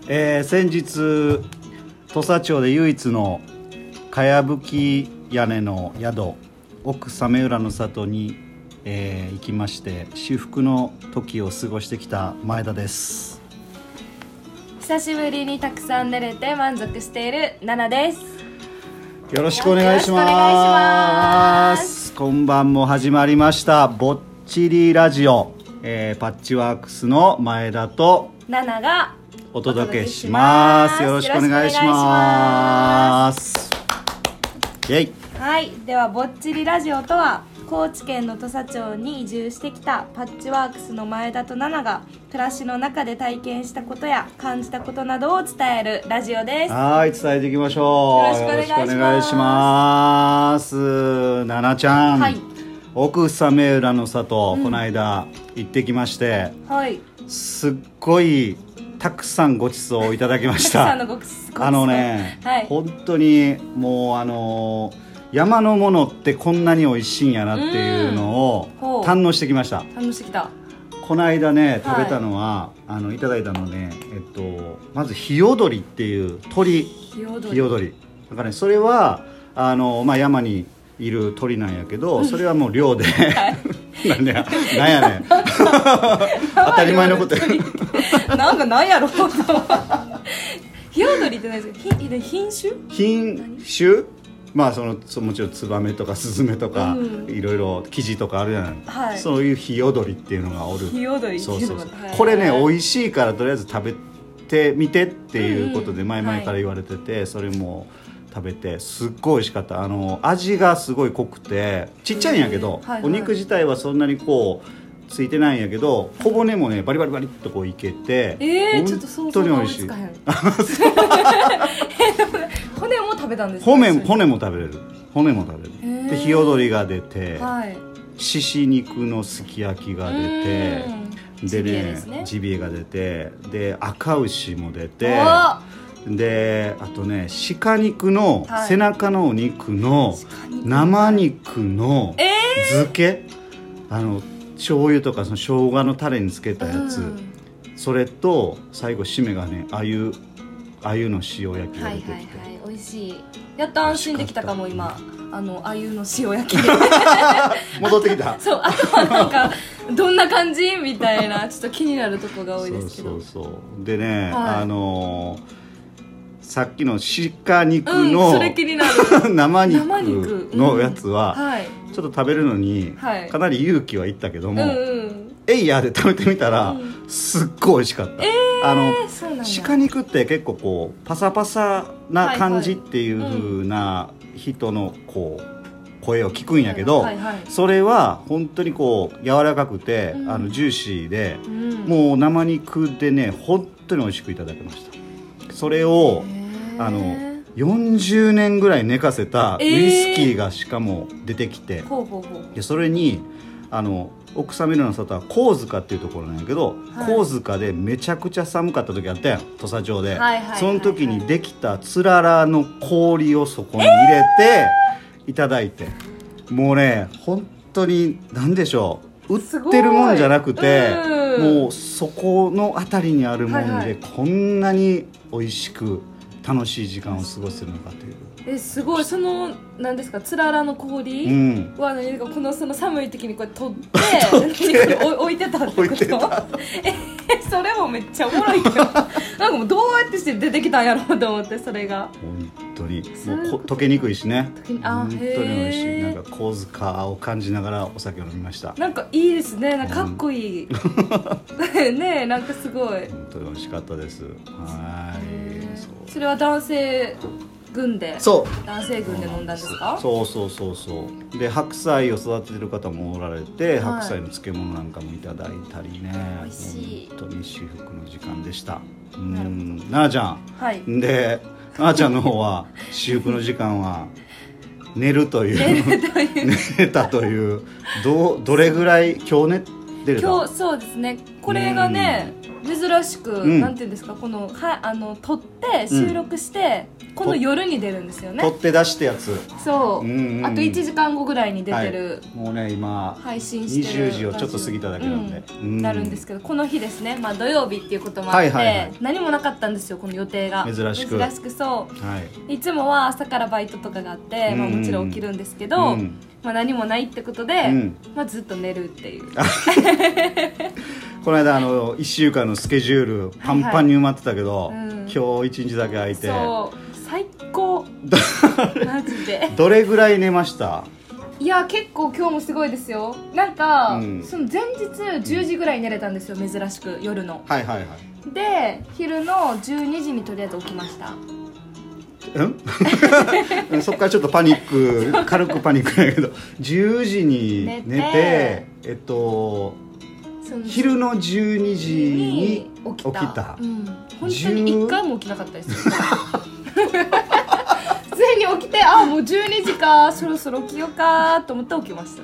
先日土佐町で唯一のかやぶき屋根の宿奥早明浦の里に、行きまして至福の時を過ごしてきた前田です。 久しぶりにたくさん寝れて満足しているナナです。 よろしくお願いします。今晩も始まりましたぼっちりラジオ、パッチワークスの前田とナナがお届けします。よろしくお願いします。イェイ。 はい、ではぼっちりラジオとは高知県の土佐町に移住してきたパッチワークスの前田とナナが暮らしの中で体験したことや感じたことなどを伝えるラジオです。 はい、伝えていきましょう。 よろしくお願いします。ナナちゃん、 はい、 奥早明浦の里、この間行ってきまして、 はい、 すっごいたくさんごちそうをいただきました。 たくさんのごちそうはい、 本当にもう山のものってこんなに美味しいんやなっていうのを堪能してきました。 堪能してきた。 この間ね食べたのは、いただいたのね、まずヒヨドリっていう鳥、ヒヨドリだからね、それは山にいる鳥なんやけど、それはもう漁で、なんやねん当たり前のことやなんかなんやろヒヨドリって何ですか？品種もちろんツバメとかスズメとか、いろいろ生地とかあるじゃない、はい、そういうヒヨドリっていうのがおる。 ヒヨドリ、 そう、これね美味しいからとりあえず食べてみてっていうことで前々から言われてて、それも食べてすっごい美味しかった。味がすごい濃くてちっちゃいんやけど、お肉自体はそんなにこうついてないんやけど、小骨もねバリバリバリっとこういけて、 ちょっと想像が追いつかへん骨も食べたんですか？ 骨も食べれる。でヒヨドリが出て、獅子肉のすき焼きが出て、でねジビエが出て、で赤牛も出て、であとね鹿肉の背中のお肉の生肉の漬け、醤油とかその生姜のタレにつけたやつ、それと最後締めがね鮎の塩焼きが出てきて、 美味しい。やっと安心できたかも今。鮎の塩焼き戻ってきた。 そう、あとはなんかどんな感じみたいなちょっと気になるとこが多いですけど。 そうでね、さっきの鹿肉の、 それ気になる生肉のやつは、ちょっと食べるのにかなり勇気はいったけども、エイヤーで食べてみたら、すっごい美味しかった。鹿肉って結構こうパサパサな感じっていう風な人のこう声を聞くんやけど、それは本当にこう柔らかくて、ジューシーで、もう生肉でね本当に美味しくいただきました。それを40年ぐらい寝かせたウイスキーがしかも出てきて、でそれに奥早明浦の里は神塚っていうところなんやけど、神塚でめちゃくちゃ寒かった時あったやん土佐町で、その時にできたつららの氷をそこに入れていただいて、もうね本当に何でしょう、売ってるもんじゃなくて、もうそこの辺りにあるもんで、こんなに美味しく楽しい時間を過ごせるのかという。 すごい。その何ですか、つららの氷は何かその寒い時にこうやって取って置いてたってこと？それもめっちゃおもろいけどなんかもうどうやってして出てきたんやろうと思って、それが本当にもう溶けにくいしね、本当に美味しい。なんか神塚を感じながらお酒を飲みました。 なんかいいですね、なんかかっこいいねえ、なんかすごい本当に美味しかったです。 それは男性軍で飲んだんですか？ そうで白菜を育ててる方もおられて、白菜の漬物なんかもいただいたりね、 美味しい。 本当に至福の時間でした。奈々ちゃん、で奈々ちゃんの方は至福の時間は寝るという寝たという、どれぐらい今日寝てるの？ 今日そうですね、 これがね、珍しく、なんていうんですか、この撮って収録して、この夜に出るんですよね。 撮って出したやつ。 そう、あと1時間後ぐらいに出てる、 もうね今配信してる 20時をちょっと過ぎただけなんで、 なるんですけど、この日ですね、土曜日っていうこともあって、何もなかったんですよ、この予定が。 珍しくそう、いつもは朝からバイトとかがあって、もちろん起きるんですけど、何もないってことで、ずっと寝るっていう。 この間1週間のスケジュールパンパンに埋まってたけど、今日1日だけ空いて、 そう最高マジで。 どれぐらい寝ました？ いや結構今日もすごいですよ。なんか、その前日10時ぐらいに寝れたんですよ、珍しく夜の。で昼の12時にとりあえず起きました。 そっからちょっとパニック軽くパニックだけど10時に寝て昼の12時に起きた。本当に1回も起きなかったですよ。普通に起きて、もう12時か、そろそろ起きようかと思って起きました。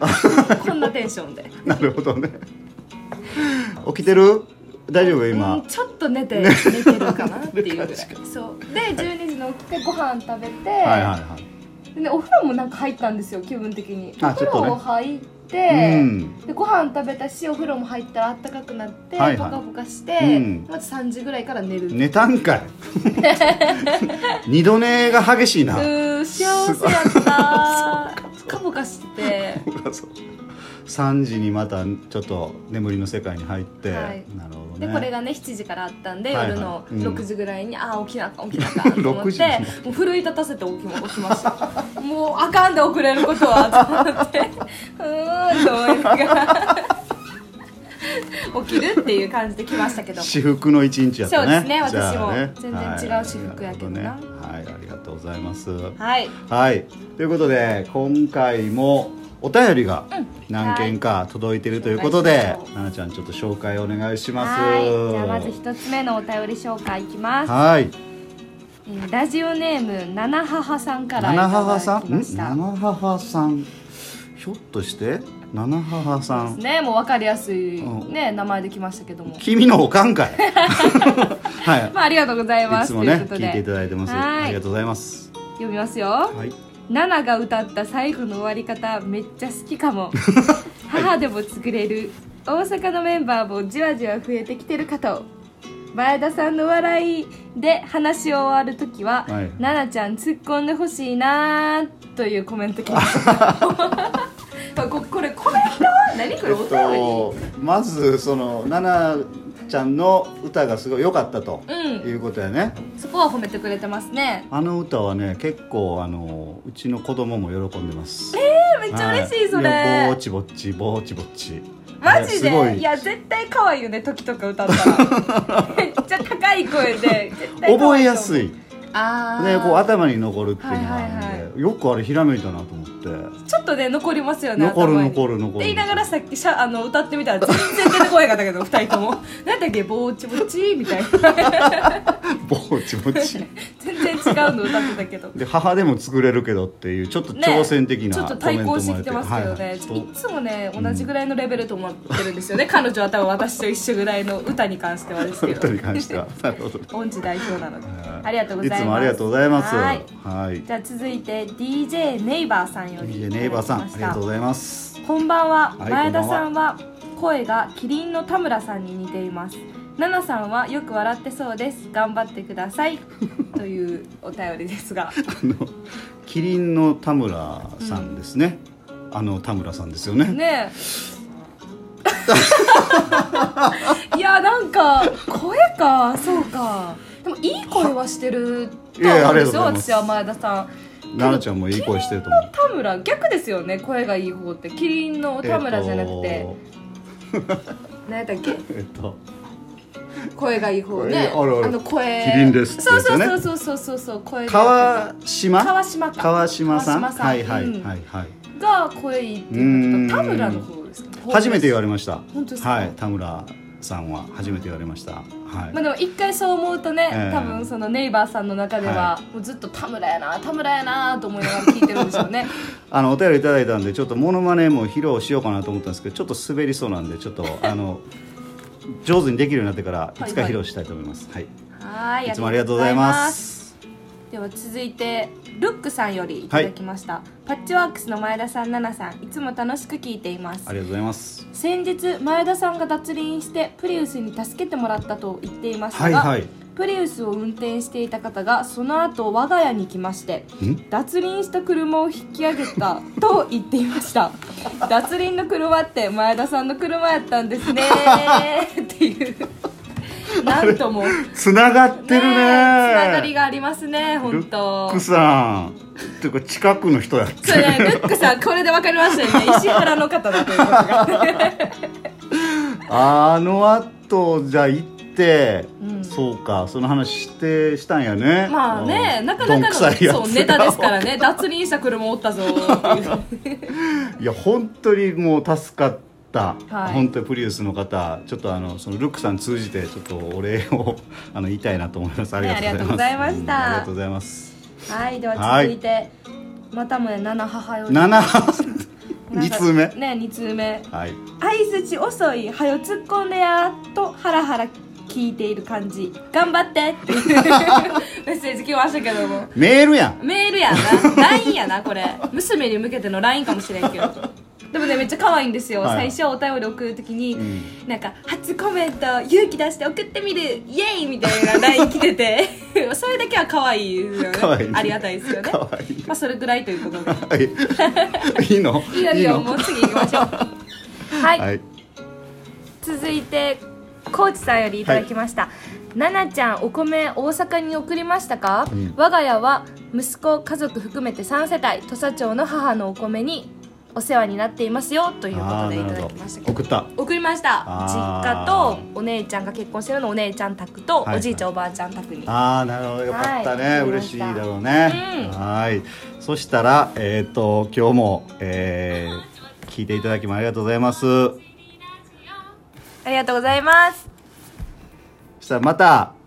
こんなテンションで。なるほどね。起きてる？大丈夫今？ちょっと寝てるかなっていうぐらい。そうで12時に起きてご飯食べて、でお風呂もなんか入ったんですよ、気分的に。お風呂入って、でご飯食べたし、お風呂も入ったらあったかくなって、ポカポカして、まず3時ぐらいから寝る。寝たんかい。二度寝が激しいな。幸せやった。ポカポカして3時にまたちょっと眠りの世界に入って、なるほどね。でこれがね7時からあったんで、夜の6時ぐらいに起きなあかんと思ってもう奮い立たせて起きました。もうあかんで遅れることはと思ってと思いながら起きるっていう感じで来ましたけど、至福の一日やったね。そうですね、私も全然違う至福やけどな。はい、ありがとうございます。はい、ということで今回もお便りが何件か届いているということで、ななちゃんちょっと紹介お願いします。じゃあまず一つ目のお便り紹介いきます。はい、ラジオネームななははさんからいただきました。ななははさん、ひょっとしてななははさんですね。もう分かりやすい、ね、名前できましたけども、君のおかんかい。はい、ありがとうございます。いつもね聞いていただいてます。ありがとうございます。読みますよ。はい、ナナが歌った最後の終わり方めっちゃ好きかも。母でも作れる。大阪のメンバーもじわじわ増えてきてるかと。前田さんの笑いで話を終わるときは、ナナちゃん突っ込んでほしいなというコメント来ました。これコメントは何これお便り、まずそのナナちゃんの歌がすごい良かったと、いうことやね。そこは褒めてくれてますね。あの歌はね結構うちの子供も喜んでます。めっちゃ嬉しい。それぼちぼっちぼちぼっちマジで。いや絶対可愛いよね、時とか歌ったら。めっちゃ高い声で絶対覚えやすい。でこう頭に残るっていうのがあるんで、よくあれひらめいたなと思って。ちょっとね残りますよね。残るって言いながらさっき歌ってみたら全然出てこなかったけど2人ともなんだっけ、ぼちぼちみたいな。ぼちぼち全然違うの歌ってたけど。で母でも作れるけどっていうちょっと挑戦的なコメントもあって、ちょっと対抗してきてますけどね。いつもね同じぐらいのレベルと思ってるんですよね。彼女は多分私と一緒ぐらいの歌に関してはですけど。歌に関してはなるほど。音痴代表なのでありがとうございます。いつもありがとうございます。はい、じゃあ続いて DJ ネイバーさんより DJ ネイバーさん、ありがとうございます。こんばんは。前田さんは声がキリンの田村さんに似ています。ナナさんはよく笑ってそうです。頑張ってください。というお便りですが、キリンの田村さんですね。田村さんですよね。ねいやなんか声か、そうか。でもいい声はしてると思うんですよ。私は前田さん。奈々ちゃんもいい声してると思う。キリンの田村逆ですよね。声がいい方ってキリンの田村じゃなくて、何やったっけ？声がいい方ね。声。キリンですってやつね。そう声。川島さん。はいが声いいっていうこと。田村の方ですか？初めて言われました。本当ですか？はい、田村さんは初めて言われました。はい、まあでも一回そう思うとね、多分そのネイバーさんの中ではもうずっと田村やなと思いながら聞いてるんでしょうね。お便りいただいたんでちょっとモノマネも披露しようかなと思ったんですけど、ちょっと滑りそうなんでちょっと上手にできるようになってからいつか披露したいと思います。 はい、 いつもありがとうございます。 では続いてルックさんよりいただきました、パッチワークスの前田さん、奈々さん、いつも楽しく聞いています。 ありがとうございます。 先日前田さんが脱輪してプリウスに助けてもらったと言っていましたが、プリウスを運転していた方がその後我が家に来まして、脱輪した車を引き上げたと言っていました。脱輪の車って前田さんの車やったんですねっていうなんともつながってるね。つながりがありますね。本当ルックさんっていうか近くの人やってそうね、ルックさんこれで分かりましたよね。石原の方だということがあの後じゃあ行って、そうか、その話したんやね。 まあね、なかなかのそうネタですからね。脱輪した車おったぞっていういや本当にもう助かった、本当にプリウスの方、ちょっとそのルックさん通じてちょっとお礼を言いたいなと思います。ありがとうございます。ありがとうございました。 はい、では続いて、またもや7母より 2通目ね、2通目、 はい、 相づち遅い、はよ突っ込んでやとハラハラ聞いている感じ、頑張ってっていうメッセージ来ましたけども、 メールやんな、LINE やな、これ娘に向けての LINE かもしれんけどでもね、めっちゃ可愛いんですよ、最初お便り送るときに、なんか初コメント勇気出して送ってみるイエーイみたいな LINE 来ててそれだけは可愛いですよね。ありがたいですよね。まあそれぐらいということでいいのいいよ、もう次行きましょうはい、続いてコーチさんよりいただきました、奈々ちゃん、お米大阪に送りましたか？我が家は息子家族含めて3世帯、土佐町の母のお米にお世話になっていますよということでいただきましたけど、送りました。実家とお姉ちゃんが結婚してるのお姉ちゃん宅と、おじいちゃんおばあちゃん宅に。 なるほど、よかったね、嬉しいだろうね。はい、そしたら今日も聞いていただきもありがとうございます。 ありがとうございます。 そしたらまた